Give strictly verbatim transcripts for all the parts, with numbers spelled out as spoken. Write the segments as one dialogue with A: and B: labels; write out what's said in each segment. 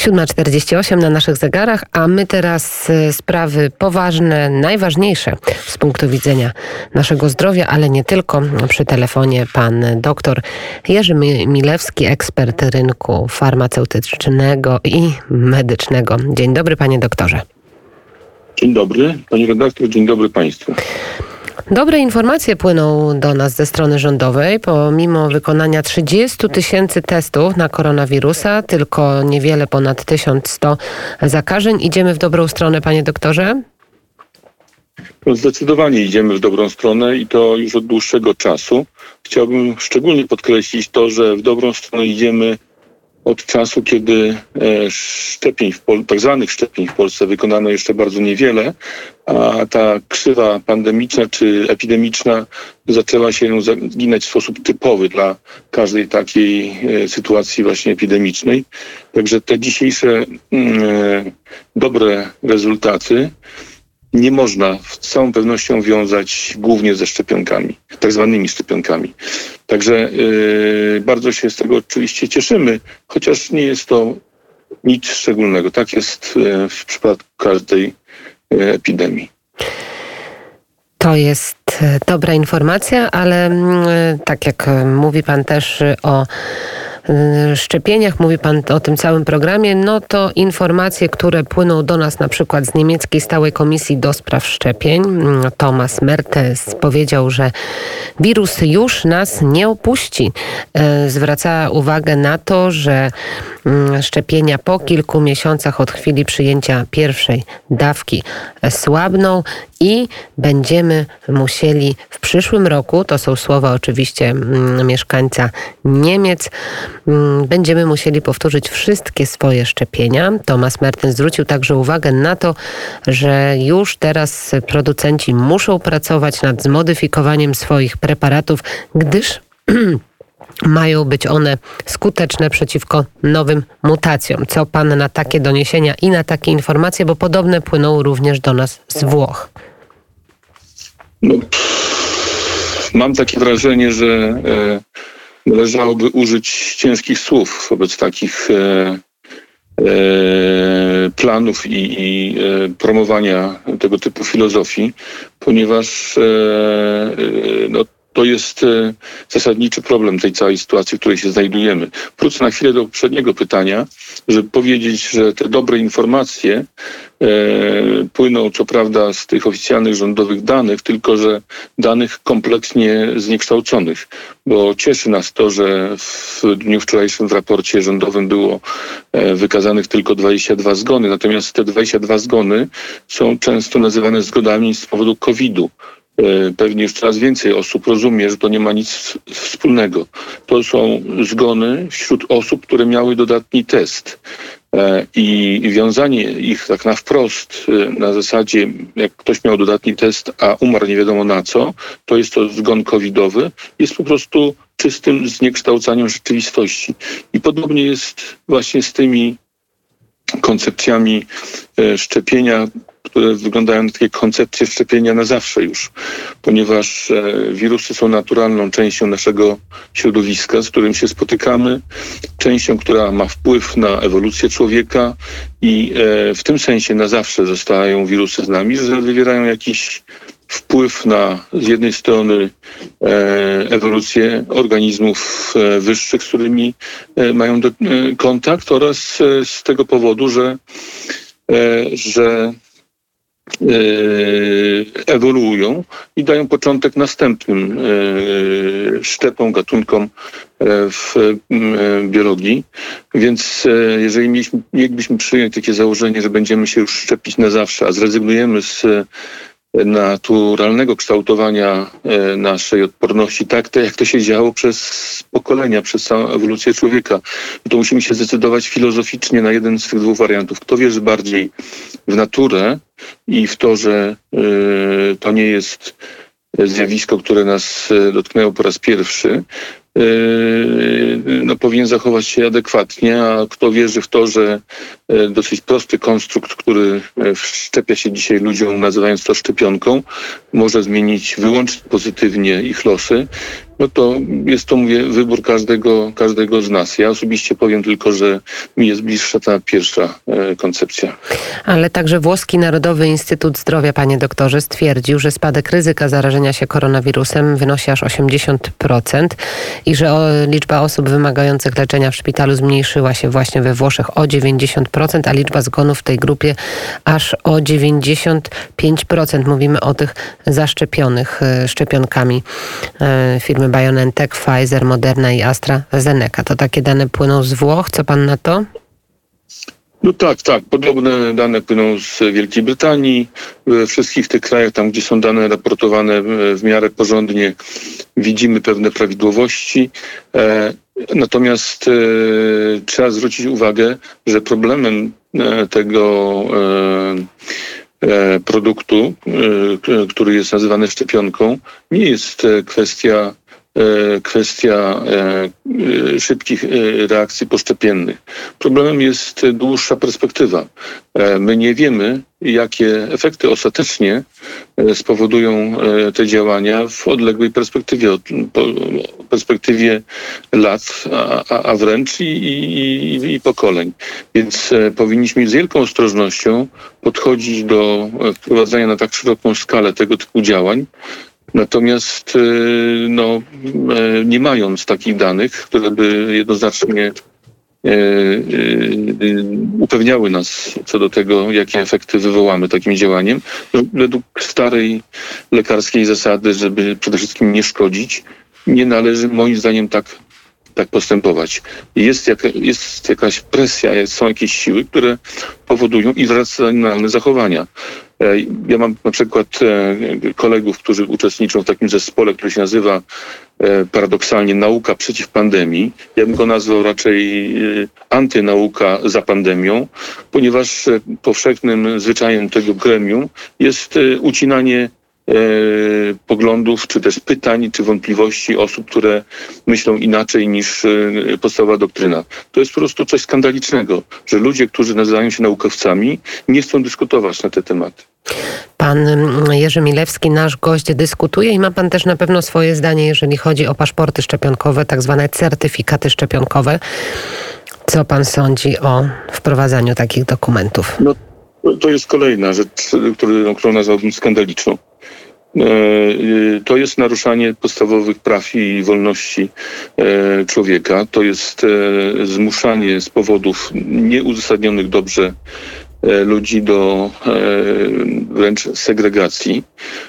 A: siódma czterdzieści osiem na naszych zegarach, a my teraz sprawy poważne, najważniejsze z punktu widzenia naszego zdrowia, ale nie tylko. Przy telefonie pan doktor Jerzy Milewski, ekspert rynku farmaceutycznego i medycznego. Dzień dobry, panie doktorze.
B: Dzień dobry, pani redaktor, dzień dobry państwu.
A: Dobre informacje płyną do nas ze strony rządowej. Pomimo wykonania trzydziestu tysięcy testów na koronawirusa, tylko niewiele ponad tysiąc sto zakażeń. Idziemy w dobrą stronę, panie doktorze?
B: No zdecydowanie idziemy w dobrą stronę i to już od dłuższego czasu. Chciałbym szczególnie podkreślić to, że w dobrą stronę idziemy od czasu, kiedy szczepień, w Pol- tak zwanych szczepień w Polsce wykonano jeszcze bardzo niewiele, a ta krzywa pandemiczna czy epidemiczna zaczęła się zaginać w sposób typowy dla każdej takiej sytuacji właśnie epidemicznej. Także te dzisiejsze mm, dobre rezultaty nie można z całą pewnością wiązać głównie ze szczepionkami, tak zwanymi szczepionkami. Także yy, bardzo się z tego oczywiście cieszymy, chociaż nie jest to nic szczególnego. Tak jest yy, w przypadku każdej yy, epidemii.
A: To jest dobra informacja, ale yy, tak jak mówi pan też o szczepieniach, mówi pan o tym całym programie, no to informacje, które płyną do nas na przykład z niemieckiej stałej komisji do spraw szczepień. Thomas Mertens powiedział, że wirus już nas nie opuści. Zwraca uwagę na to, że szczepienia po kilku miesiącach od chwili przyjęcia pierwszej dawki słabną i będziemy musieli w przyszłym roku, to są słowa oczywiście mieszkańca Niemiec, będziemy musieli powtórzyć wszystkie swoje szczepienia. Thomas Mertens zwrócił także uwagę na to, że już teraz producenci muszą pracować nad zmodyfikowaniem swoich preparatów, gdyż mają być one skuteczne przeciwko nowym mutacjom. Co pan na takie doniesienia i na takie informacje, bo podobne płyną również do nas z Włoch?
B: No, mam takie wrażenie, że e, należałoby użyć ciężkich słów wobec takich e, e, planów i, i e, promowania tego typu filozofii, ponieważ e, e, no, to jest e, zasadniczy problem tej całej sytuacji, w której się znajdujemy. Wrócę na chwilę do poprzedniego pytania, żeby powiedzieć, że te dobre informacje e, płyną co prawda z tych oficjalnych rządowych danych, tylko że danych kompletnie zniekształconych, bo cieszy nas to, że w dniu wczorajszym w raporcie rządowym było e, wykazanych tylko dwadzieścia dwa zgony, natomiast te dwadzieścia dwa zgony są często nazywane zgonami z powodu kowida. Pewnie już coraz więcej osób rozumie, że to nie ma nic wspólnego. To są zgony wśród osób, które miały dodatni test. I wiązanie ich tak na wprost, na zasadzie jak ktoś miał dodatni test, a umarł nie wiadomo na co, to jest to zgon covidowy, jest po prostu czystym zniekształcaniem rzeczywistości. I podobnie jest właśnie z tymi koncepcjami szczepienia, które wyglądają na takie koncepcje szczepienia na zawsze już, ponieważ e, wirusy są naturalną częścią naszego środowiska, z którym się spotykamy, częścią, która ma wpływ na ewolucję człowieka i e, w tym sensie na zawsze zostają wirusy z nami, że wywierają jakiś wpływ na z jednej strony e, ewolucję organizmów e, wyższych, z którymi e, mają do, e, kontakt oraz e, z tego powodu, że, e, że ewoluują i dają początek następnym szczepom, gatunkom w biologii. Więc jeżeli mieliśmy, mielibyśmy przyjąć takie założenie, że będziemy się już szczepić na zawsze, a zrezygnujemy z naturalnego kształtowania naszej odporności, tak to jak to się działo przez pokolenia, przez całą ewolucję człowieka, to musimy się zdecydować filozoficznie na jeden z tych dwóch wariantów. Kto wierzy bardziej w naturę i w to, że y, to nie jest zjawisko, które nas dotknęło po raz pierwszy, no, powinien zachować się adekwatnie, a kto wierzy w to, że dosyć prosty konstrukt, który wszczepia się dzisiaj ludziom, nazywając to szczepionką, może zmienić wyłącznie pozytywnie ich losy, no to jest to, mówię, wybór każdego, każdego z nas. Ja osobiście powiem tylko, że mi jest bliższa ta pierwsza e, koncepcja.
A: Ale także włoski Narodowy Instytut Zdrowia, panie doktorze, stwierdził, że spadek ryzyka zarażenia się koronawirusem wynosi aż osiemdziesiąt procent i że o, liczba osób wymagających leczenia w szpitalu zmniejszyła się właśnie we Włoszech o dziewięćdziesiąt procent, a liczba zgonów w tej grupie aż o dziewięćdziesiąt pięć procent. Mówimy o tych zaszczepionych e, szczepionkami e, firmy BioNTech, Pfizer, Moderna i AstraZeneca. To takie dane płyną z Włoch. Co pan na to?
B: No tak, tak. Podobne dane płyną z Wielkiej Brytanii. We wszystkich tych krajach, tam gdzie są dane raportowane w miarę porządnie, widzimy pewne prawidłowości. E, natomiast e, trzeba zwrócić uwagę, że problemem e, tego e, produktu, e, który jest nazywany szczepionką, nie jest kwestia kwestia szybkich reakcji poszczepiennych. Problemem jest dłuższa perspektywa. My nie wiemy, jakie efekty ostatecznie spowodują te działania w odległej perspektywie, perspektywie lat, a, a wręcz i, i, i pokoleń. Więc powinniśmy z wielką ostrożnością podchodzić do wprowadzania na tak szeroką skalę tego typu działań. Natomiast no, nie mając takich danych, które by jednoznacznie upewniały nas co do tego, jakie efekty wywołamy takim działaniem, no, według starej lekarskiej zasady, żeby przede wszystkim nie szkodzić, nie należy moim zdaniem tak, tak postępować. Jest, jaka, jest jakaś presja, jest, są jakieś siły, które powodują irracjonalne zachowania. Ja mam na przykład kolegów, którzy uczestniczą w takim zespole, który się nazywa paradoksalnie Nauka przeciw pandemii. Ja bym go nazwał raczej antynauka za pandemią, ponieważ powszechnym zwyczajem tego gremium jest ucinanie E, poglądów, czy też pytań, czy wątpliwości osób, które myślą inaczej niż e, podstawowa doktryna. To jest po prostu coś skandalicznego, że ludzie, którzy nazywają się naukowcami, nie chcą dyskutować na te tematy.
A: Pan Jerzy Milewski, nasz gość, dyskutuje i ma pan też na pewno swoje zdanie, jeżeli chodzi o paszporty szczepionkowe, tak zwane certyfikaty szczepionkowe. Co pan sądzi o wprowadzaniu takich dokumentów?
B: No, to jest kolejna rzecz, który, którą nazwałbym skandaliczną. To jest naruszanie podstawowych praw i wolności człowieka. To jest zmuszanie z powodów nieuzasadnionych dobrze ludzi do wręcz segregacji.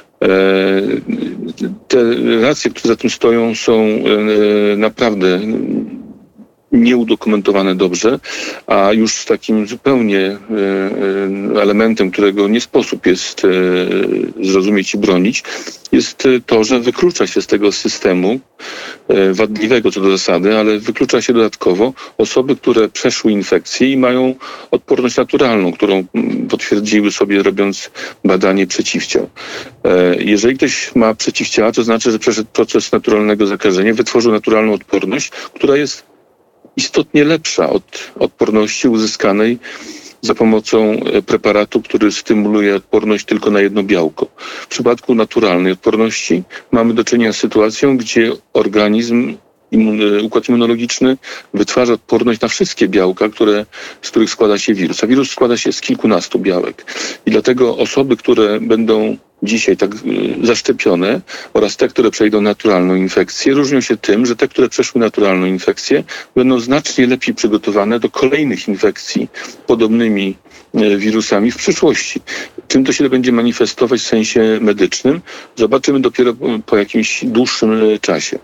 B: Te racje, które za tym stoją, są naprawdę nieudokumentowane dobrze, a już takim zupełnie elementem, którego nie sposób jest zrozumieć i bronić, jest to, że wyklucza się z tego systemu wadliwego co do zasady, ale wyklucza się dodatkowo osoby, które przeszły infekcję i mają odporność naturalną, którą potwierdziły sobie, robiąc badanie przeciwciał. Jeżeli ktoś ma przeciwciała, to znaczy, że przeszedł proces naturalnego zakażenia, wytworzył naturalną odporność, która jest istotnie lepsza od odporności uzyskanej za pomocą preparatu, który stymuluje odporność tylko na jedno białko. W przypadku naturalnej odporności mamy do czynienia z sytuacją, gdzie organizm, imun, układ immunologiczny wytwarza odporność na wszystkie białka, które, z których składa się wirus. A wirus składa się z kilkunastu białek. I dlatego osoby, które będą dzisiaj tak zaszczepione oraz te, które przejdą naturalną infekcję, różnią się tym, że te, które przeszły naturalną infekcję, będą znacznie lepiej przygotowane do kolejnych infekcji podobnymi wirusami w przyszłości. Czym to się będzie manifestować w sensie medycznym, zobaczymy dopiero po jakimś dłuższym czasie.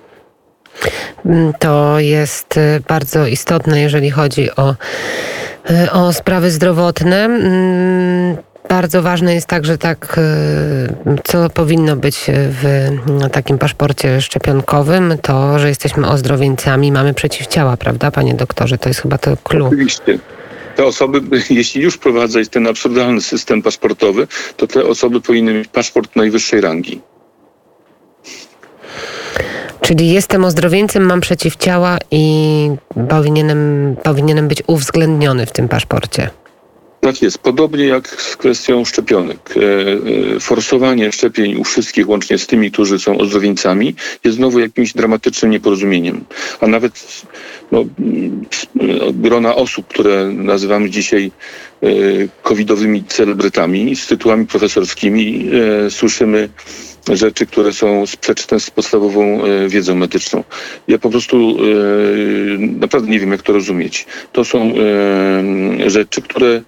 A: To jest bardzo istotne, jeżeli chodzi o, o sprawy zdrowotne. Bardzo ważne jest także tak, co powinno być w takim paszporcie szczepionkowym, to, że jesteśmy ozdrowieńcami, mamy przeciwciała, prawda, panie doktorze? To jest chyba to clue.
B: Oczywiście. Te osoby, jeśli już wprowadzać ten absurdalny system paszportowy, to te osoby powinny mieć paszport najwyższej rangi.
A: Czyli jestem ozdrowieńcem, mam przeciwciała i powinienem, powinienem być uwzględniony w tym paszporcie.
B: Tak jest. Podobnie jak z kwestią szczepionek. Forsowanie szczepień u wszystkich, łącznie z tymi, którzy są ozdrowieńcami, jest znowu jakimś dramatycznym nieporozumieniem. A nawet no, grona osób, które nazywamy dzisiaj covidowymi celebrytami, z tytułami profesorskimi, słyszymy rzeczy, które są sprzeczne z podstawową wiedzą medyczną. Ja po prostu naprawdę nie wiem, jak to rozumieć. To są rzeczy, które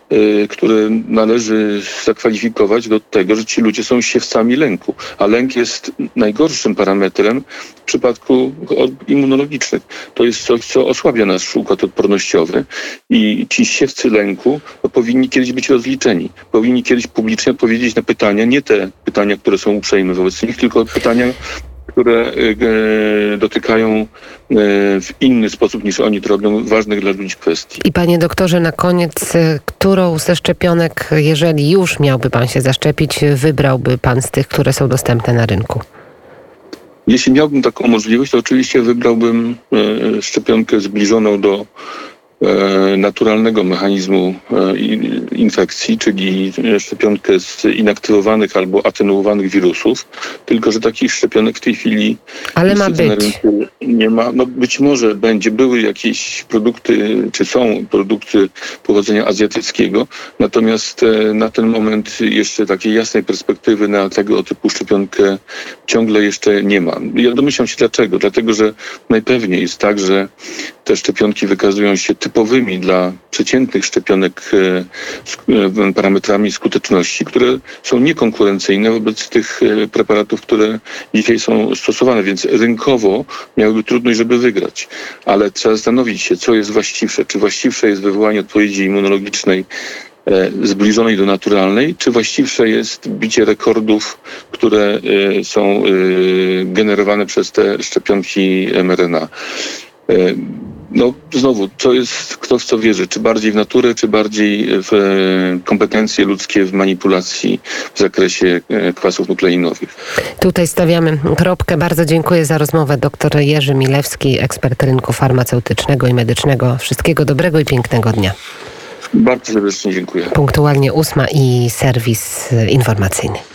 B: które należy zakwalifikować do tego, że ci ludzie są siewcami lęku. A lęk jest najgorszym parametrem w przypadku immunologicznych. To jest coś, co osłabia nasz układ odpornościowy i ci siewcy lęku no, powinni kiedyś być rozliczeni. Powinni kiedyś publicznie odpowiedzieć na pytania, nie te pytania, które są uprzejme wobec nich, tylko pytania, które e, dotykają e, w inny sposób niż oni to robią ważnych dla ludzi kwestii.
A: I panie doktorze, na koniec, którą ze szczepionek, jeżeli już miałby pan się zaszczepić, wybrałby pan z tych, które są dostępne na rynku?
B: Jeśli miałbym taką możliwość, to oczywiście wybrałbym e, szczepionkę zbliżoną do e, naturalnego mechanizmu e, infekcji, czyli szczepionkę z inaktywowanych albo atenuowanych wirusów, tylko że takich szczepionek w tej chwili
A: Ale ma być.
B: na rynku nie ma. No być może będzie, były jakieś produkty, czy są produkty pochodzenia azjatyckiego, natomiast e, na ten moment jeszcze takiej jasnej perspektywy na tego typu szczepionkę ciągle jeszcze nie ma. Ja domyślam się dlaczego. Dlatego, że najpewniej jest tak, że te szczepionki wykazują się typowymi dla przeciętnych szczepionek e, z e, parametrami skuteczności, które są niekonkurencyjne wobec tych e, preparatów, które dzisiaj są stosowane, więc rynkowo miałyby trudność, żeby wygrać. Ale trzeba zastanowić się, co jest właściwsze. Czy właściwsze jest wywołanie odpowiedzi immunologicznej e, zbliżonej do naturalnej, czy właściwsze jest bicie rekordów, które e, są e, generowane przez te szczepionki em er en a. E, No znowu, to jest kto w co wierzy, czy bardziej w naturę, czy bardziej w kompetencje ludzkie w manipulacji w zakresie kwasów nukleinowych.
A: Tutaj stawiamy kropkę. Bardzo dziękuję za rozmowę. Doktor Jerzy Milewski, ekspert rynku farmaceutycznego i medycznego. Wszystkiego dobrego i pięknego dnia.
B: Bardzo serdecznie dziękuję.
A: Punktualnie ósma i serwis informacyjny.